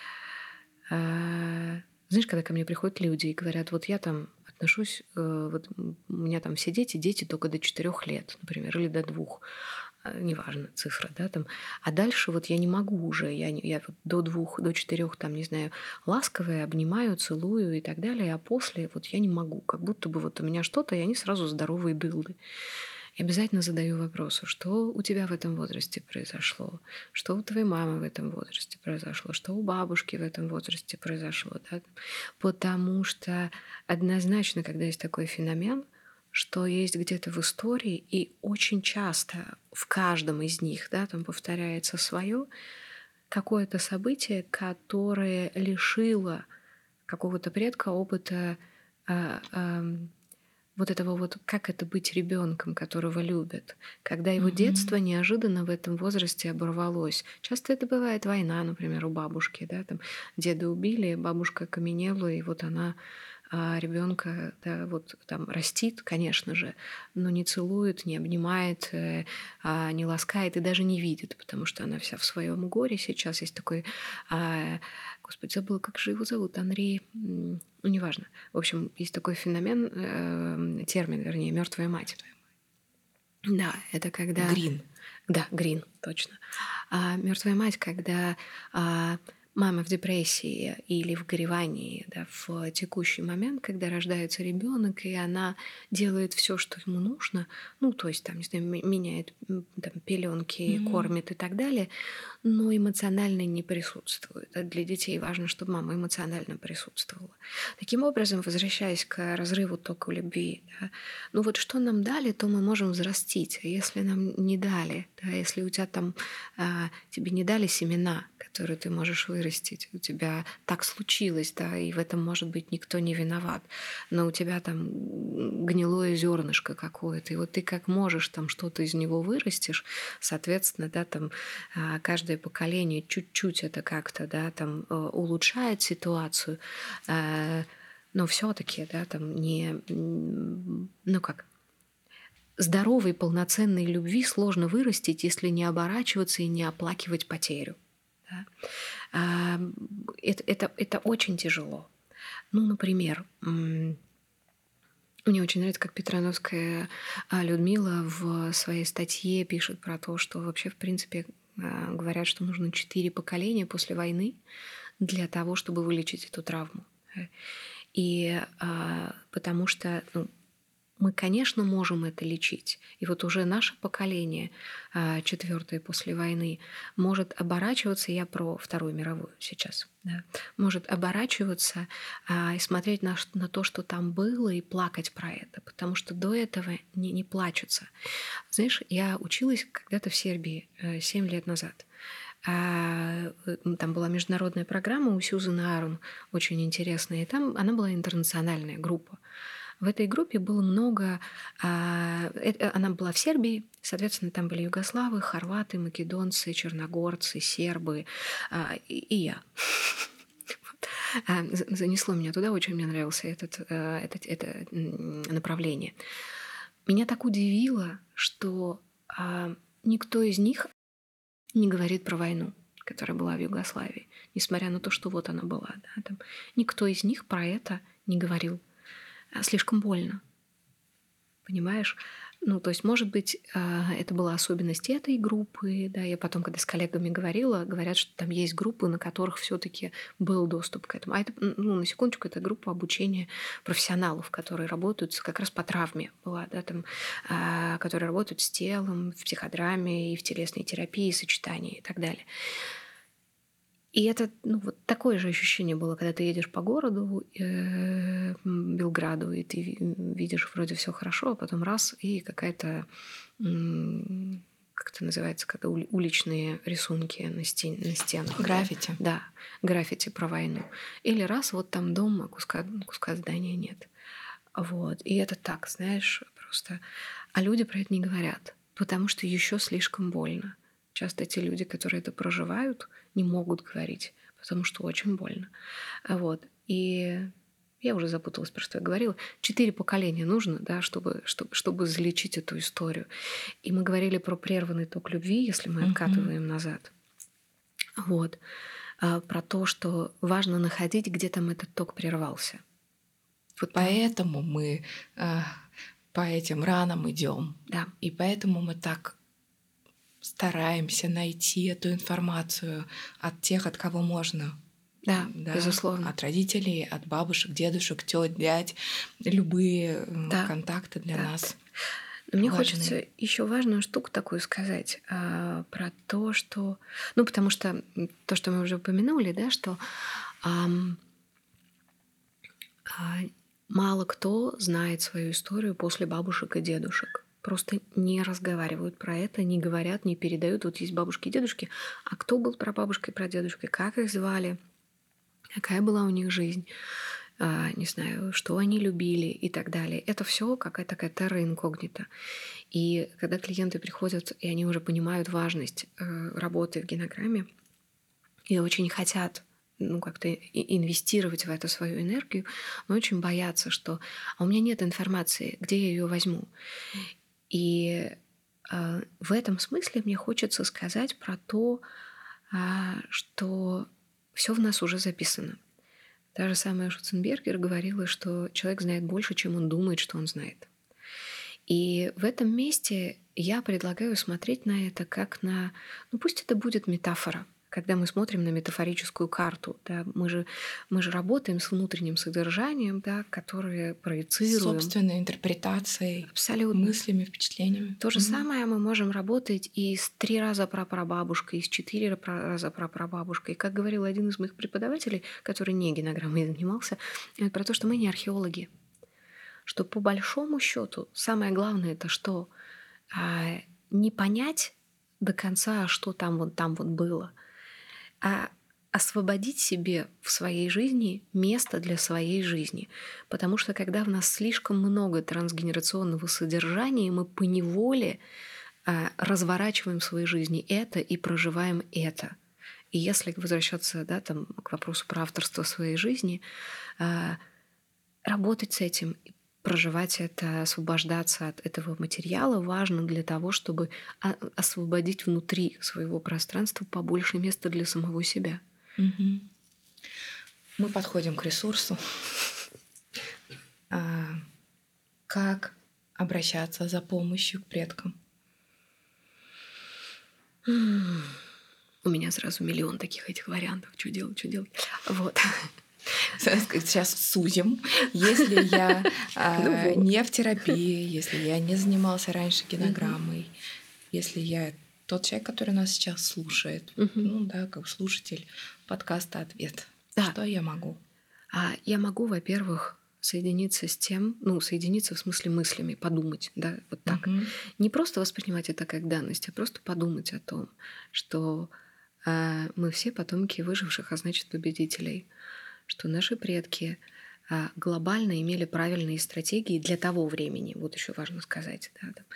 А, знаешь, когда ко мне приходят люди и говорят, вот я там отношусь, э, вот у меня там все дети, дети только до четырех лет, например, или до двух, а, неважно, цифра, да, там, а дальше вот я не могу уже, я, не- я вот до двух, до четырех, там, не знаю, ласковая, обнимаю, целую и так далее, а после вот я не могу, как будто бы вот у меня что-то, и они сразу здоровые дылды. И обязательно задаю вопросы, что у тебя в этом возрасте произошло, что у твоей мамы в этом возрасте произошло, что у бабушки в этом возрасте произошло. Да? Потому что однозначно, когда есть такой феномен, что есть где-то в истории, и очень часто в каждом из них, да, там повторяется свое, какое-то событие, которое лишило какого-то предка опыта а, ам, вот этого вот, как это быть ребенком, которого любят, когда его детство Мгм. неожиданно в этом возрасте оборвалось. Часто это бывает война, например, у бабушки, да, там деда убили, бабушка окаменела, и вот она а ребенка, да, вот там растит, конечно же, но не целует, не обнимает, э, а, не ласкает и даже не видит, потому что она вся в своем горе сейчас. Есть такой, а, господи, забыла, как же его зовут, Анри, м, ну неважно. В общем, есть такой феномен, э, термин, вернее, мертвая мать. Да, это когда, Грин. да, Грин, точно. А мертвая мать, когда а, мама в депрессии или в горевании, да, в текущий момент, когда рождается ребенок, и она делает все, что ему нужно, ну, то есть там, не знаю, м- меняет м, там, пеленки, Мгм. кормит и так далее, но эмоционально не присутствует. А для детей важно, чтобы мама эмоционально присутствовала. Таким образом, возвращаясь к разрыву тока любви, да, ну вот что нам дали, то мы можем взрастить. А если нам не дали, да, если у тебя там, а, тебе не дали семена, которые ты можешь вырастить, у тебя так случилось, да, и в этом, может быть, никто не виноват, но у тебя там гнилое зернышко какое-то, и вот ты как можешь там что-то из него вырастешь, соответственно, да, там а, каждое поколение чуть-чуть это как-то, да, там э, улучшает ситуацию, а, но все-таки, да, там не, м, ну как, здоровой, полноценной любви сложно вырастить, если не оборачиваться и не оплакивать потерю. Да. А, это, это, это очень тяжело. Ну, например, м, Мне очень нравится, как Петрановская а, Людмила в своей статье пишет про то, что вообще, в принципе, а, говорят, что нужно четыре поколения после войны для того, чтобы вылечить эту травму. Э, И а, потому что ну, мы, конечно, можем это лечить. И вот уже наше поколение, а, четвертое после войны, может оборачиваться, я про Вторую мировую сейчас, да, может оборачиваться а, и смотреть на, ш- на то, что там было, и плакать про это, потому что до этого не, не плачутся. Знаешь, я училась когда-то в Сербии э, семь лет назад. А, э, Там была международная программа у Сьюзан Аарон, очень интересная, и там она была интернациональная группа. В этой группе было много... а, э, Она была в Сербии, соответственно, там были югославы, хорваты, македонцы, черногорцы, сербы а, и, и я. А, за- Занесло меня туда, очень мне нравился этот, э, этот, это м, направление. Меня так удивило, что а, никто из них не говорит про войну, которая была в Югославии, несмотря на то, что вот она была. Да, там. Никто из них про это не говорил. А, Слишком больно. Понимаешь? Ну, то есть, может быть, а, это была особенность этой группы, да, я потом, когда с коллегами говорила, говорят, что там есть группы, на которых все-таки был доступ к этому. А это, ну, на секундочку, это группа обучения профессионалов, которые работают как раз по травме была, да, там, а, которые работают с телом, в психодраме и в телесной терапии, сочетании и так далее. И это, ну, вот такое же ощущение было, когда ты едешь по городу э, Белграду, и ты видишь вроде все хорошо, а потом раз, и какая-то, м, как это называется, когда ули- уличные рисунки на, стен, на стенах. да. Граффити. Да, граффити про войну. Или раз, вот там дом, а куска, куска здания нет. Вот. И это так, знаешь, просто... А люди про это не говорят, потому что еще слишком больно. Часто те люди, которые это проживают, не могут говорить, потому что очень больно. А Вот. И я уже запуталась, про что я говорила. Четыре поколения нужно, да, чтобы, чтобы, чтобы залечить эту историю. И мы говорили про прерванный ток любви, если мы Мгм. откатываем назад. Вот. А, Про то, что важно находить, где там этот ток прервался. Вот там, Поэтому мы э, по этим ранам идем. да. И поэтому мы так стараемся найти эту информацию от тех, от кого можно. Да, Да, безусловно. от родителей, от бабушек, дедушек, тёть, дядь. Любые э, Да, контакты для да. нас Но мне важны. хочется еще важную штуку такую сказать а, про то, что... Ну, потому что м, то, что мы уже упомянули, да, что ам, а, мало кто знает свою историю после бабушек и дедушек. Просто не разговаривают про это, не говорят, не передают. Вот есть бабушки и дедушки, а кто был прабабушкой и прадедушкой, как их звали, какая была у них жизнь, а, не знаю, что они любили и так далее. Это все какая-то такая терра инкогнита. И когда клиенты приходят, и они уже понимают важность э, работы в генограмме, и очень хотят ну, как-то и- инвестировать в это свою энергию, но очень боятся, что а у меня нет информации, где я ее возьму. И э, в этом смысле мне хочется сказать про то, а, что все в нас уже записано. Та же самая Шуценбергер говорила, что человек знает больше, чем он думает, что он знает. И в этом месте я предлагаю смотреть на это как на... Ну пусть это будет метафора, когда мы смотрим на метафорическую карту. Да, мы, же, мы же работаем с внутренним содержанием, да, которое проецируем. Собственной интерпретацией, Абсолютно. мыслями, впечатлениями. То же Мгм. самое мы можем работать и с три раза прапрабабушкой, и с четыре пра- раза прапрабабушкой. Как говорил один из моих преподавателей, который не генограммой занимался, э, про то, что мы не археологи. Что по большому счету самое главное это что? А, не понять до конца, что там вот там вот было, а освободить себе в своей жизни место для своей жизни. Потому что когда в нас слишком много трансгенерационного содержания, мы поневоле а, разворачиваем в своей жизни это и проживаем это. И если возвращаться да, там, к вопросу про авторство своей жизни, а, работать с этим, проживать это, освобождаться от этого материала важно для того, чтобы а, освободить внутри своего пространства побольше места для самого себя. Мгм. Мы подходим к ресурсу. А, как обращаться за помощью к предкам? У меня сразу миллион таких этих вариантов. Что делать, что делать? Вот. Сейчас сузим. Если я Ну а, вот. не в терапии, если я не занимался раньше Мгм. генограммой, если я тот человек, который нас сейчас слушает, Мгм. ну да, как слушатель подкаста «Ответ», Да. что я могу? А я могу, во-первых, соединиться с тем, ну, соединиться в смысле мыслями, подумать, да, вот так. Мгм. Не просто воспринимать это как данность, а просто подумать о том, что э, мы все потомки выживших, а значит победителей, что наши предки а, глобально имели правильные стратегии для того времени, вот еще важно сказать, да, там.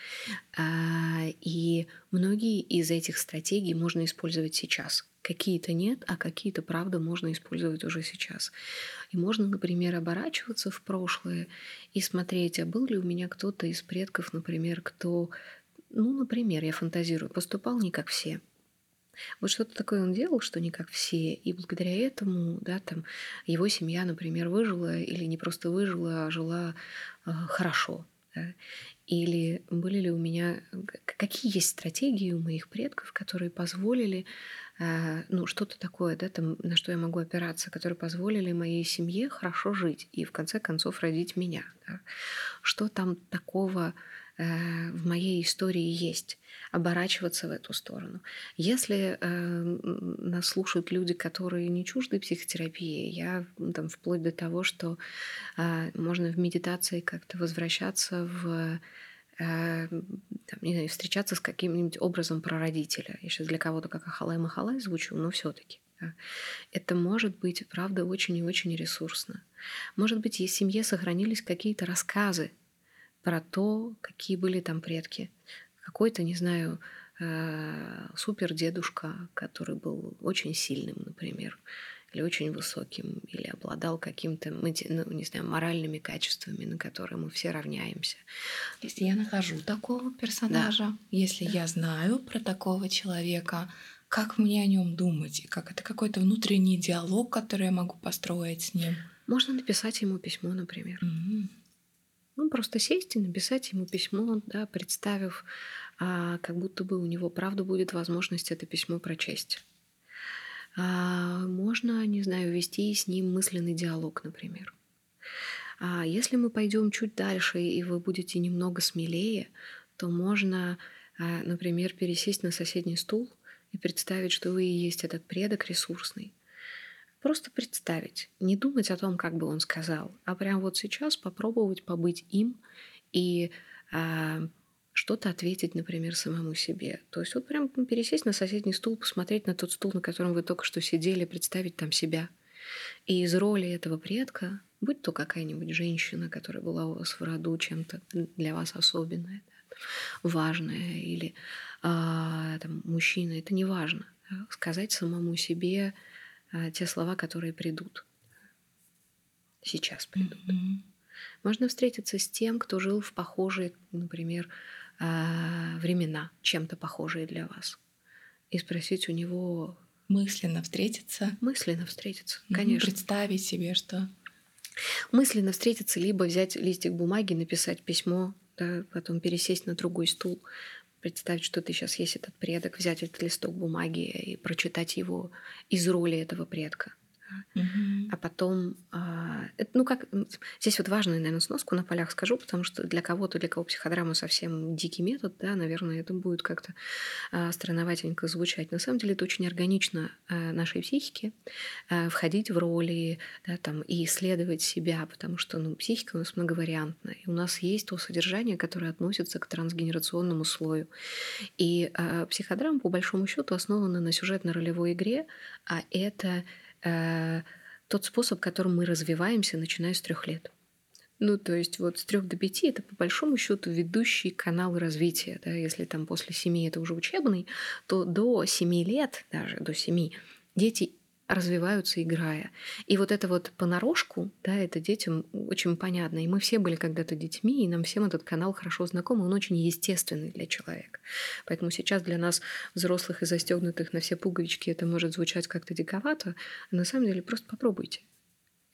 А, и многие из этих стратегий можно использовать сейчас. Какие-то нет, а какие-то, правда, можно использовать уже сейчас. И можно, например, оборачиваться в прошлое и смотреть, а был ли у меня кто-то из предков, например, кто, ну, например, я фантазирую, поступал не как все. Вот что-то такое он делал, что не как все, и благодаря этому, да, там, его семья, например, выжила, или не просто выжила, а жила э, хорошо. Да? Или были ли у меня... к- Какие есть стратегии у моих предков, которые позволили, э, ну, что-то такое, да, там, на что я могу опираться, которые позволили моей семье хорошо жить и, в конце концов, родить меня. Да? Что там такого э, в моей истории есть? Оборачиваться в эту сторону. Если э, м, нас слушают люди, которые не чужды психотерапии, я м, там вплоть до того, что а, можно в медитации как-то возвращаться в э, там, не знаю, встречаться с каким-нибудь образом прародителя. Я сейчас для кого-то как Ахалай-Махалай звучу, но все-таки. Это может быть, правда, очень и очень ресурсно. Может быть, и в семье сохранились какие-то рассказы про то, какие были там предки. Какой-то, не знаю, э, супер дедушка, который был очень сильным, например, или очень высоким, или обладал каким-то, мати- ну, не знаю, моральными качествами, на которые мы все равняемся. Если я нахожу такого Да, персонажа, если да. я знаю про такого человека, как мне о нем думать? И как это какой-то внутренний диалог, который я могу построить с ним? Можно написать ему письмо, например. М. Ну, просто сесть и написать ему письмо, да, представив, а, как будто бы у него, правда, будет возможность это письмо прочесть. А, можно, не знаю, вести с ним мысленный диалог, например. А если мы пойдем чуть дальше, и вы будете немного смелее, то можно, а, например, пересесть на соседний стул и представить, что вы и есть этот предок ресурсный. Просто представить, не думать о том, как бы он сказал, а прямо вот сейчас попробовать побыть им и а, что-то ответить, например, самому себе. То есть вот прям пересесть на соседний стул, посмотреть на тот стул, на котором вы только что сидели, представить там себя. И из роли этого предка, будь то какая-нибудь женщина, которая была у вас в роду чем-то для вас особенное, да, важное, или а, там, мужчина, это не важно. Да, сказать самому себе а, те слова, которые придут, сейчас придут. Мгм. Можно встретиться с тем, кто жил в похожие, например, а, времена, чем-то похожие для вас, и спросить у него, Мысленно встретиться, мысленно встретиться, мгм, конечно. представить себе, что Мысленно встретиться, либо взять листик бумаги, написать письмо, да, потом пересесть на другой стул, представить, что ты сейчас есть этот предок, взять этот листок бумаги и прочитать его из роли этого предка. мгм. А потом, а, это, ну как, м, здесь вот важную, наверное, сноску на полях скажу, потому что для кого-то, для кого психодрама совсем дикий метод, да, наверное, это будет как-то а, странноватенько звучать. На самом деле это очень органично а, нашей психике а, входить в роли, да, там, и исследовать себя, потому что, ну, психика у нас многовариантна, и у нас есть то содержание, которое относится к трансгенерационному слою. И а, психодрама, по большому счету, основана на сюжетно-ролевой игре, а это э, тот способ, которым мы развиваемся, начиная с трех лет. Ну, то есть вот с трех до пяти это по большому счету ведущий канал развития. Да? Если там после семи это уже учебный, то до семи лет, даже до семи, дети развиваются, играя. И вот это вот понарошку, да, это детям очень понятно. И мы все были когда-то детьми, и нам всем этот канал хорошо знаком, и он очень естественный для человека. Поэтому сейчас для нас, взрослых и застегнутых на все пуговички, это может звучать как-то диковато, а на самом деле просто попробуйте.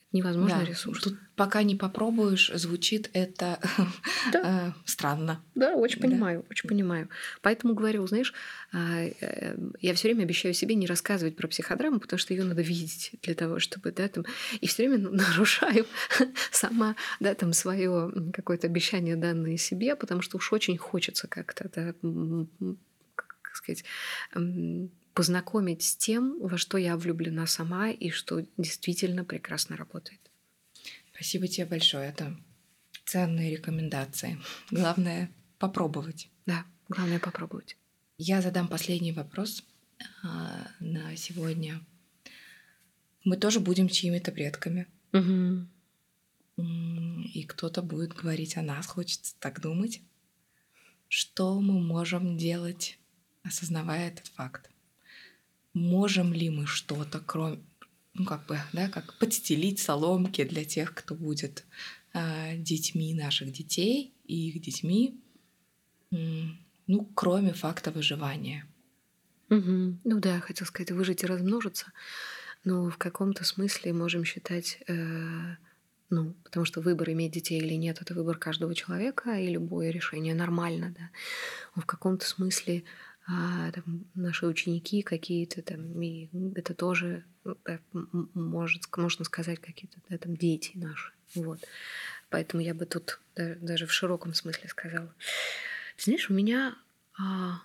невозможный Да, ресурс. тут пока не попробуешь, звучит это Да. э, странно. Да, очень Да. понимаю, очень понимаю. Поэтому говорю, знаешь, а, э, я все время обещаю себе не рассказывать про психодраму, потому что ее надо видеть для того, чтобы, да, там, и все время нарушаю сама, да, там, свое какое-то обещание, данное себе, потому что уж очень хочется как-то, да, м, м, как сказать, м, познакомить с тем, во что я влюблена сама и что действительно прекрасно работает. Спасибо тебе большое. Это ценные рекомендации. Главное попробовать. Да, главное попробовать. Я задам последний вопрос а, на сегодня. Мы тоже будем чьими-то предками. Мгм. М, И кто-то будет говорить о нас, хочется так думать. Что мы можем делать, осознавая этот факт? Можем ли мы что-то, кроме, ну как бы, да, как подстелить соломки для тех, кто будет а, детьми наших детей и их детьми, м, ну, кроме факта выживания? Мгм. Ну да, хотел сказать, выжить и размножиться, но в каком-то смысле можем считать, э, ну, потому что выбор, иметь детей или нет, это выбор каждого человека, и любое решение нормально, да. Но в каком-то смысле а, там, наши ученики какие-то там, и это тоже, ну, так, м- м- может, можно сказать, какие-то, да, там, дети наши. Вот. Поэтому я бы тут да- даже в широком смысле сказала. Ты знаешь, у меня а,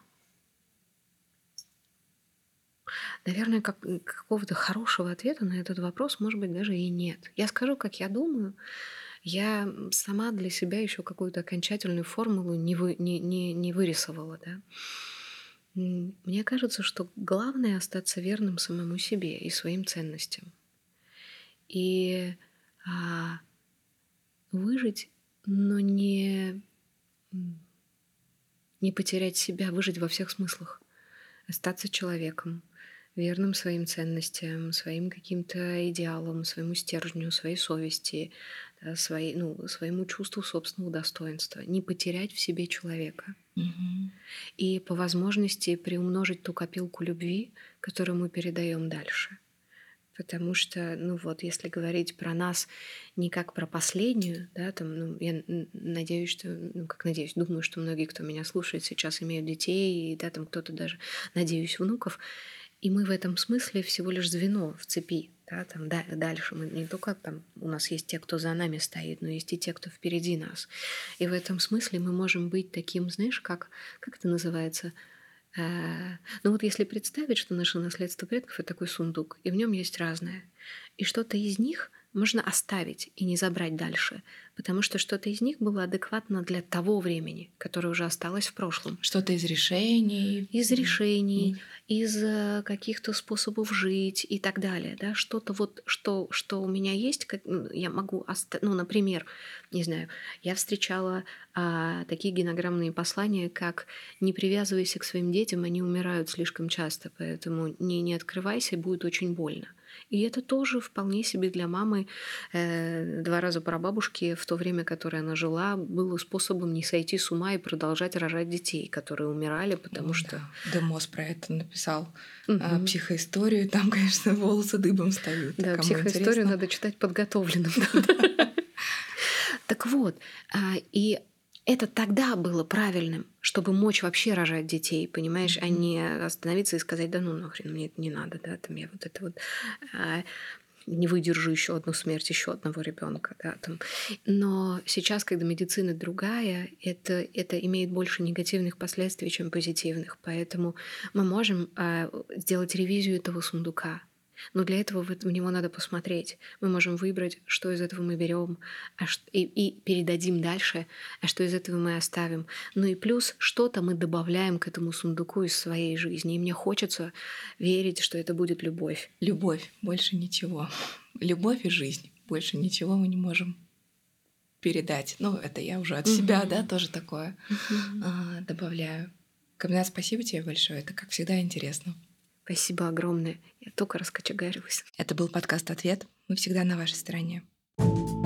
наверное, как, какого-то хорошего ответа на этот вопрос, может быть, даже и нет. Я скажу, как я думаю. Я сама для себя еще какую-то окончательную формулу не, вы, не, не, не вырисовала. Да? М, Мне кажется, что главное остаться верным самому себе и своим ценностям. И а, выжить, но не, м, не потерять себя, выжить во всех смыслах. Остаться человеком, верным своим ценностям, своим каким-то идеалам, своему стержню, своей совести, да, своей, ну, своему чувству собственного достоинства. Не потерять в себе человека. Мгм. И по возможности приумножить ту копилку любви, которую мы передаем дальше. Потому что, ну вот, если говорить про нас не как про последнюю, да, там, ну, я н- надеюсь, что, ну, как надеюсь, думаю, что многие, кто меня слушает, сейчас имеют детей, и, да, там кто-то даже, надеюсь, внуков, и мы в этом смысле всего лишь звено в цепи, да, там, да, дальше мы не только там, у нас есть те, кто за нами стоит, но есть и те, кто впереди нас. И в этом смысле мы можем быть таким, знаешь, как, как это называется, Э, ну вот если представить, что наше наследство предков — это такой сундук, и в нем есть разное, и что-то из них можно оставить и не забрать дальше, потому что что-то из них было адекватно для того времени, которое уже осталось в прошлом. Что-то из решений. Из м, решений, м, из э, каких-то способов жить и так далее, да, что-то вот, что, что у меня есть, как, ну, я могу, оста- ну, например, не знаю, я встречала а, такие генограммные послания, как «не привязывайся к своим детям, они умирают слишком часто, поэтому не, не открывайся, будет очень больно». И это тоже вполне себе для мамы э, два раза прабабушки в то время, которое она жила, было способом не сойти с ума и продолжать рожать детей, которые умирали, потому Ой, что... да. Демос про это написал а, Мгм. психоисторию, там, конечно, волосы дыбом встают. Да, Кому психоисторию интересно. надо читать подготовленным. Так вот, а, и это тогда было правильным, чтобы мочь вообще рожать детей, понимаешь, а Мгм. не остановиться и сказать, да ну нахрен, мне это не надо, да, там я вот это вот а, не выдержу еще одну смерть еще одного ребенка, да, там. Но сейчас, когда медицина другая, это, это имеет больше негативных последствий, чем позитивных, поэтому мы можем а, сделать ревизию этого сундука. Но для этого в это- в него надо посмотреть. Мы можем выбрать, что из этого мы берем а ш- и, и передадим дальше, а что из этого мы оставим. Ну и плюс что-то мы добавляем к этому сундуку из своей жизни. И мне хочется верить, что это будет любовь. Любовь, больше ничего. Любовь и жизнь. Больше ничего мы не можем передать. Ну, это я уже от себя, да, Мгм. тоже такое Мгм. а, добавляю. Камина, спасибо тебе большое. Это, как всегда, интересно. Спасибо огромное. Я только раскочегарилась. Это был подкаст «Ответ». Мы всегда на вашей стороне.